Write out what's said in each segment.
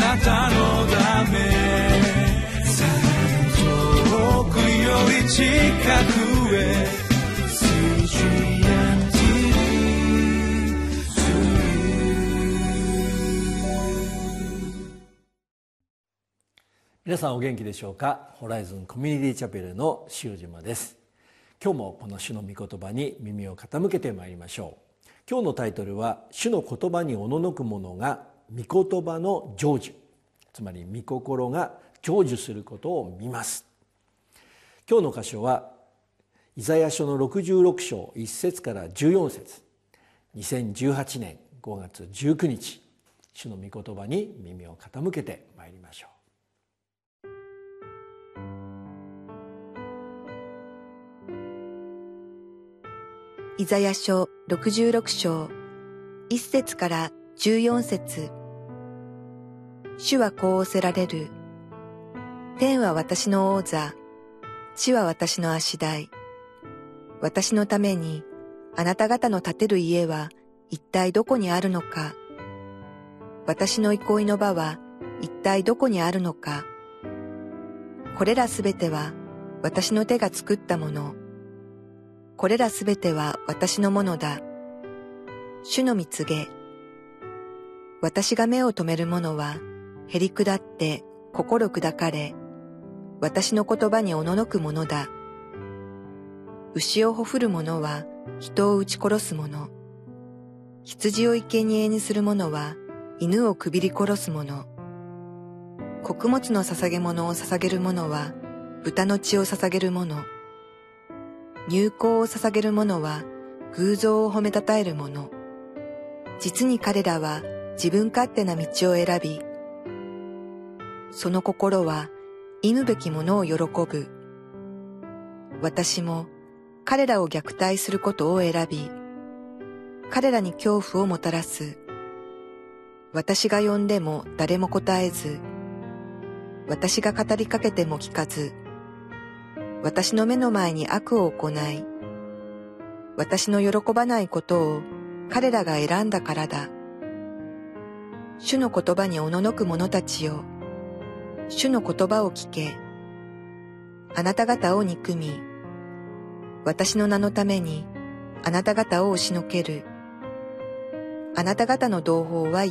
なたのため遠くより近くへ皆さんお元気でしょうか。ホライズンコミュニティチャペルの塩島です。今日もこの主の御言葉に耳を傾けてまいりましょう。今日のタイトルは主の言葉におののく者が御言葉の成就、つまり御心が成就することを見ます。今日の箇所はイザヤ書の66章1節から14節、2018年5月19日、主の御言葉に耳を傾けてまいりましょう。 イザヤ書66章1節から14節。主はこう仰せられる。天は私の王座、地は私の足台。私のためにあなた方の建てる家は一体どこにあるのか。私の憩いの場は一体どこにあるのか。これらすべては私の手が作ったもの。これらすべては私のものだ。主の御告げ。私が目を留める者は、へり下って心砕かれ、私の言葉におののく者だ。牛をほふる者は、人を撃ち殺す者。羊を生贄にする者は、犬をくびり殺す者。穀物の捧げ物を捧げる者は、豚の血を捧げる者。乳香を捧げる者は偶像を褒めたたえる者。実に彼らは自分勝手な道を選び、その心は忌むべきものを喜ぶ。私も彼らを虐待することを選び、彼らに恐怖をもたらす。私が呼んでも誰も答えず、私が語りかけても聞かず、私の目の前に悪を行い、私の喜ばないことを彼らが選んだからだ。主の言葉におののく者たちよ、主の言葉を聞け。あなた方を憎み、私の名のためにあなた方を押しのける。あなた方の同胞は言った。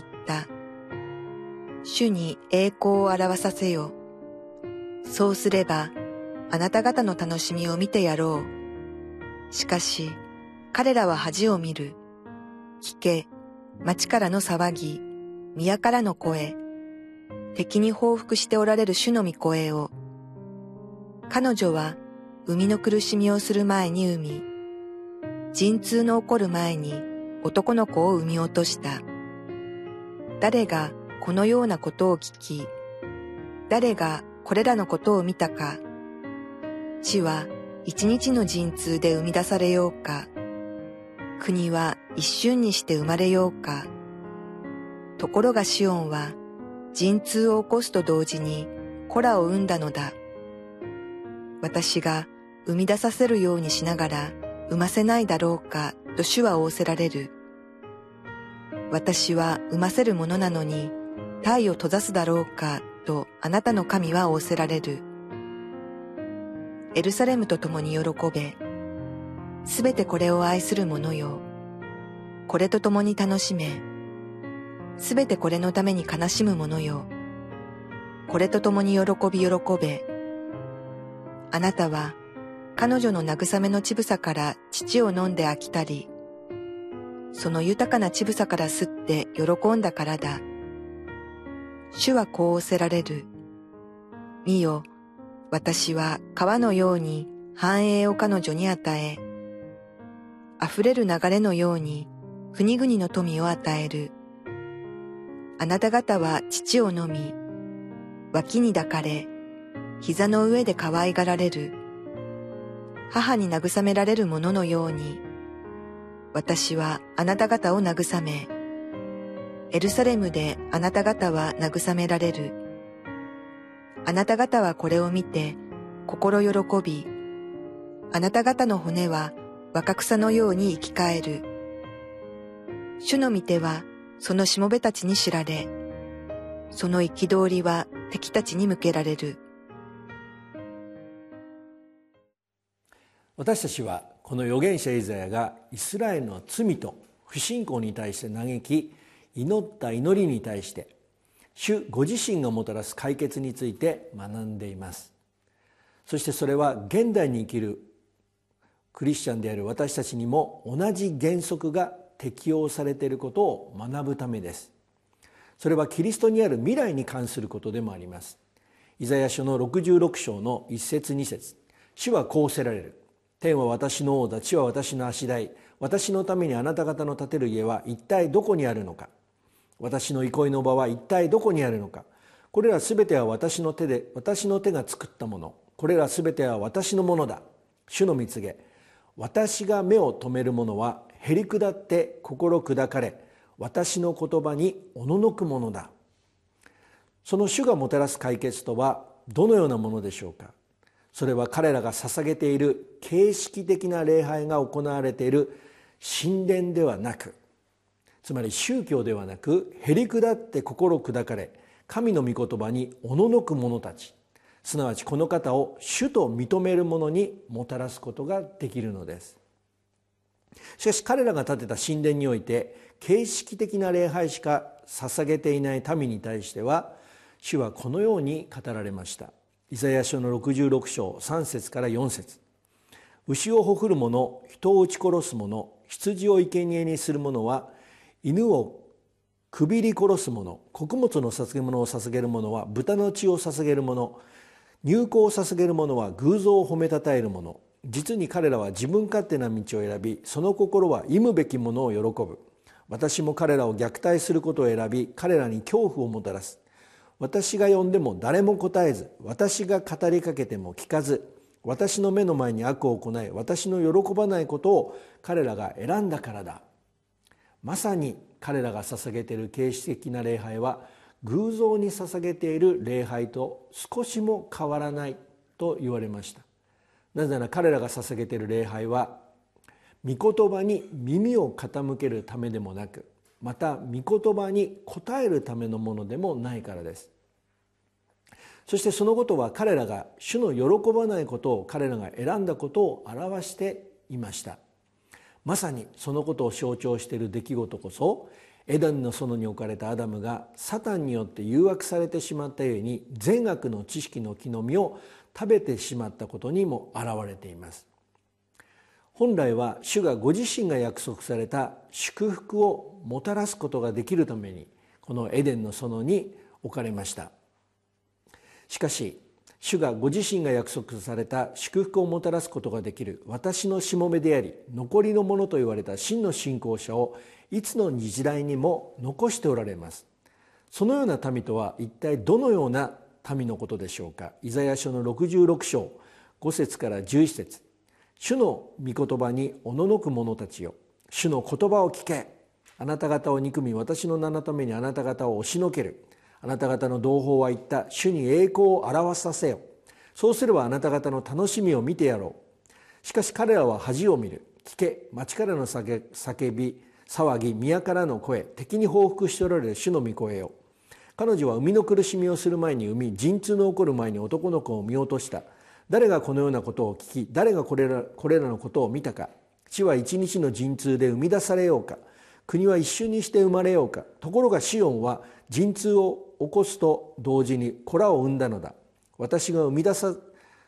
主に栄光を表させよ。そうすれば、あなた方の楽しみを見てやろう。しかし、彼らは恥を見る。聞け、町からの騒ぎ、宮からの声、敵に報復しておられる主の御声を。彼女は、生みの苦しみをする前に産み、陣痛の起こる前に男の子を産み落とした。誰がこのようなことを聞き、誰がこれらのことを見たか。地は一日の陣痛で生み出されようか。国は一瞬にして生まれようか。ところがシオンは陣痛を起こすと同時に子らを産んだのだ。私が生み出させるようにしながら産ませないだろうかと主は仰せられる。私は産ませるものなのに体を閉ざすだろうかとあなたの神は仰せられる。エルサレムと共に喜べ。すべてこれを愛する者よ。これと共に楽しめ。すべてこれのために悲しむ者よ。これと共に喜び喜べ。あなたは彼女の慰めの乳房から乳を飲んで飽きたり、その豊かな乳房から吸って喜んだからだ。主はこう仰せられる。見よ、私は川のように繁栄を彼女に与え、溢れる流れのように国々の富を与える。あなた方は乳を飲み、脇に抱かれ、膝の上で可愛がられる。母に慰められるもののように、私はあなた方を慰め、エルサレムであなた方は慰められる。あなた方はこれを見て心喜び、あなた方の骨は若草のように生き返る。主の御手はそのしもべたちに知られ、 その憤りは敵たちに向けられる。 私たちはこの預言者イザヤがイスラエルの罪と不信仰に対して嘆き、祈った祈りに対して主ご自身がもたらす解決について学んでいます。そしてそれは現代に生きるクリスチャンである私たちにも同じ原則が適用されていることを学ぶためです。それはキリストにある未来に関することでもあります。イザヤ書の66章の1節2節、主はこうせられる。天は私の王だ、地は私の足台。私のためにあなた方の建てる家は一体どこにあるのか。私の憩いの場は一体どこにあるのか。これらすべては私の手が作ったもの。これらすべては私のものだ。主の蜜げ。私が目を留めるものはへりくだって心砕かれ、私の言葉におののくものだ。その主がもたらす解決とはどのようなものでしょうか。それは彼らが捧げている形式的な礼拝が行われている神殿ではなく、つまり宗教ではなく、へりくだって心砕かれ神の御言葉におののく者たち、すなわちこの方を主と認める者にもたらすことができるのです。しかし彼らが建てた神殿において形式的な礼拝しか捧げていない民に対しては、主はこのように語られました。イザヤ書の66章3節から4節、牛をほふる者、人を撃ち殺す者、羊を生贄にする者は、犬をくびり殺す者、穀物の捧げ物を捧げる者は豚の血を捧げる者、乳香を捧げる者は偶像を褒めたたえる者。実に彼らは自分勝手な道を選び、その心は忌むべきものを喜ぶ。私も彼らを虐待することを選び、彼らに恐怖をもたらす。私が呼んでも誰も答えず、私が語りかけても聞かず、私の目の前に悪を行い、私の喜ばないことを彼らが選んだからだ。まさに彼らが捧げている形式的な礼拝は、偶像に捧げている礼拝と少しも変わらないと言われました。なぜなら彼らが捧げている礼拝は、御言葉に耳を傾けるためでもなく、また御言葉に応えるためのものでもないからです。そしてそのことは彼らが主の喜ばないことを彼らが選んだことを表していました。まさにそのことを象徴している出来事こそ、エデンの園に置かれたアダムがサタンによって誘惑されてしまったゆえに、善悪の知識の木の実を食べてしまったことにも現れています。本来は主がご自身が約束された祝福をもたらすことができるために、このエデンの園に置かれました。しかし主がご自身が約束された祝福をもたらすことができる私のしもべであり残りのものと言われた真の信仰者をいつの時代にも残しておられます。そのような民とは一体どのような民のことでしょうか。イザヤ書の66章5節から11節、主の御言葉におののく者たちよ、主の言葉を聞け。あなた方を憎み、私の名のためにあなた方を押しのける。あなた方の同胞は言った。主に栄光を表させよ。そうすればあなた方の楽しみを見てやろう。しかし彼らは恥を見る。聞け、町からの叫び、騒ぎ、宮からの声、敵に報復しておられる主の御声よ。彼女は生みの苦しみをする前に産み、陣痛の起こる前に男の子を見落とした。誰がこのようなことを聞き、誰がこれらのことを見たか。地は一日の陣痛で生み出されようか。国は一瞬にして生まれようか。ところがシオンは陣痛を起こすと同時に子らを産んだのだ。私が生み出さ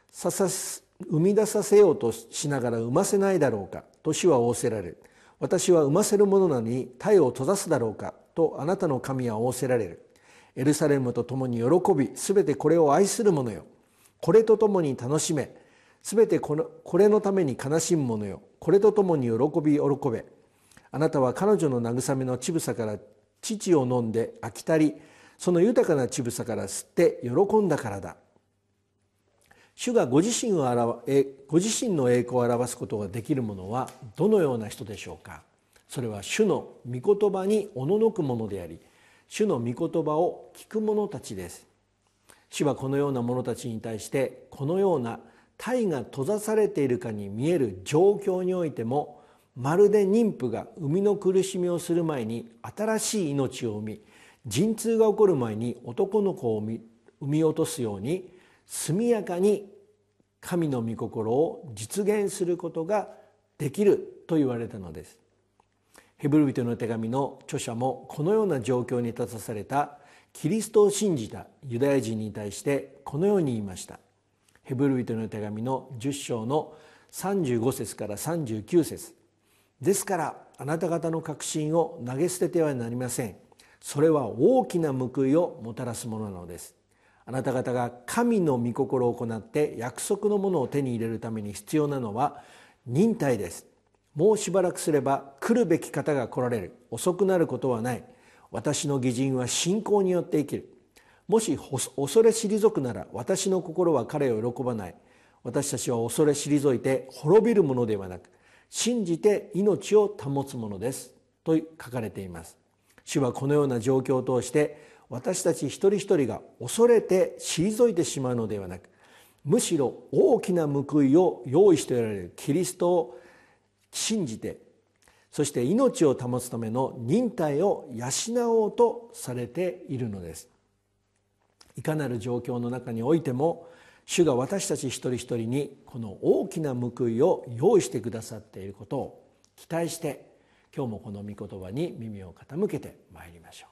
せようとしながら産ませないだろうかと主は仰せられる。私は産ませるものなのに体を閉ざすだろうかとあなたの神は仰せられる。エルサレムと共に喜び、すべてこれを愛する者よ。これと共に楽しめ、すべてこれのために悲しむ者よ。これと共に喜べ。あなたは彼女の慰めの乳房から乳を飲んで飽き足り、その豊かな乳房から吸って喜んだからだ。主がご自身の栄光を表すことができる者はどのような人でしょうか。それは主の御言葉におののく者であり、主の御言葉を聞く者たちです。主はこのような者たちに対して、このような体が閉ざされているかに見える状況においても、まるで妊婦が生みの苦しみをする前に新しい命を生み、 陣痛が起こる前に男の子を産み落とすように速やかに神の御心を実現することができると言われたのです。ヘブル人の手紙の著者もこのような状況に立たされたキリストを信じたユダヤ人に対してこのように言いました。ヘブル人の手紙の10章の35節から39節。ですからあなた方の確信を投げ捨ててはなりません。それは大きな報いをもたらすものなのです。あなた方が神の御心を行って約束のものを手に入れるために必要なのは忍耐です。もうしばらくすれば来るべき方が来られる。遅くなることはない。私の義人は信仰によって生きる。もし恐れ退くなら私の心は彼を喜ばない。私たちは恐れ退いて滅びるものではなく信じて命を保つものですと書かれています。主はこのような状況を通して私たち一人一人が恐れて退いてしまうのではなく、むしろ大きな報いを用意しておられるキリストを信じて、そして命を保つための忍耐を養おうとされているのです。いかなる状況の中においても主が私たち一人一人にこの大きな報いを用意してくださっていることを期待して、今日もこの御言葉に耳を傾けてまいりましょう。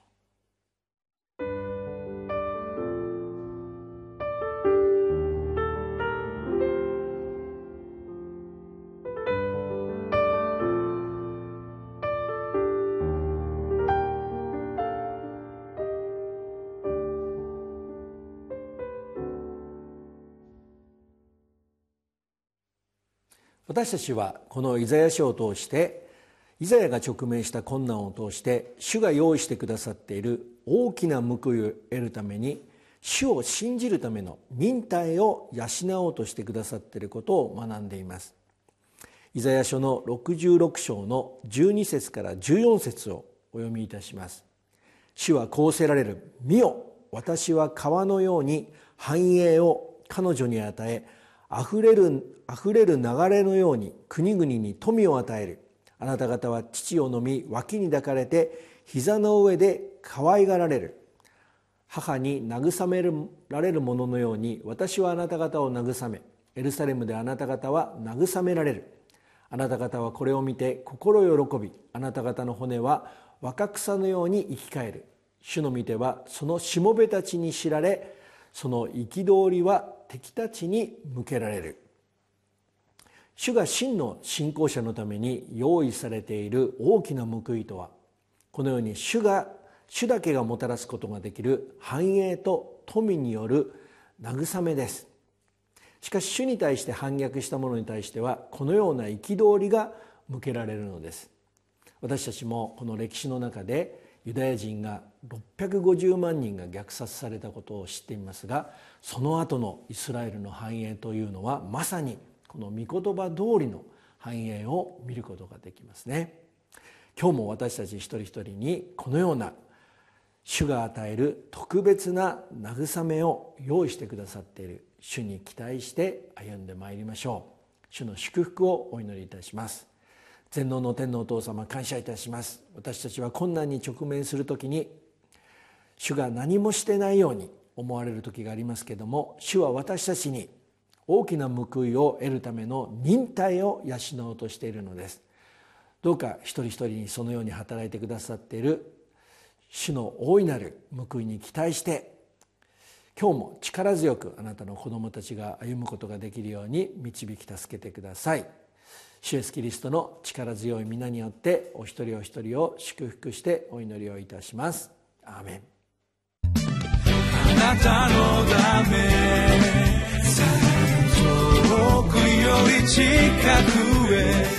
私たちはこのイザヤ書を通して、イザヤが直面した困難を通して主が用意してくださっている大きな報いを得るために、主を信じるための忍耐を養おうとしてくださっていることを学んでいます。イザヤ書の66章の12節から14節をお読みいたします。主はこうせられる。見よ、私は川のように繁栄を彼女に与え、あふれる流れのように国々に富を与える。あなた方は乳を飲み脇に抱かれて膝の上で可愛がられる。母に慰められるもののように私はあなた方を慰め、エルサレムであなた方は慰められる。あなた方はこれを見て心喜び、あなた方の骨は若草のように生き返る。主の御手はそのしもべたちに知られ、その憤りは敵たちに向けられる。主が真の信仰者のために用意されている大きな報いとは、このように主だけがもたらすことができる繁栄と富による慰めです。しかし主に対して反逆した者に対してはこのような憤りが向けられるのです。私たちもこの歴史の中でユダヤ人が650万人が虐殺されたことを知っていますが、その後のイスラエルの繁栄というのはまさにこの御言葉通りの繁栄を見ることができますね。今日も私たち一人一人にこのような主が与える特別な慰めを用意してくださっている主に期待して歩んでまいりましょう。主の祝福をお祈りいたします。全能の天のお父様、感謝いたします。私たちは困難に直面するときに主が何もしてないように思われる時がありますけれども、主は私たちに大きな報いを得るための忍耐を養おうとしているのです。どうか一人一人にそのように働いてくださっている主の大いなる報いに期待して、今日も力強くあなたの子供たちが歩むことができるように導き助けてください。主イエスキリストの力強い皆によってお一人お一人を祝福してお祈りをいたします。アーメン。 あなたのため遠くより近くへ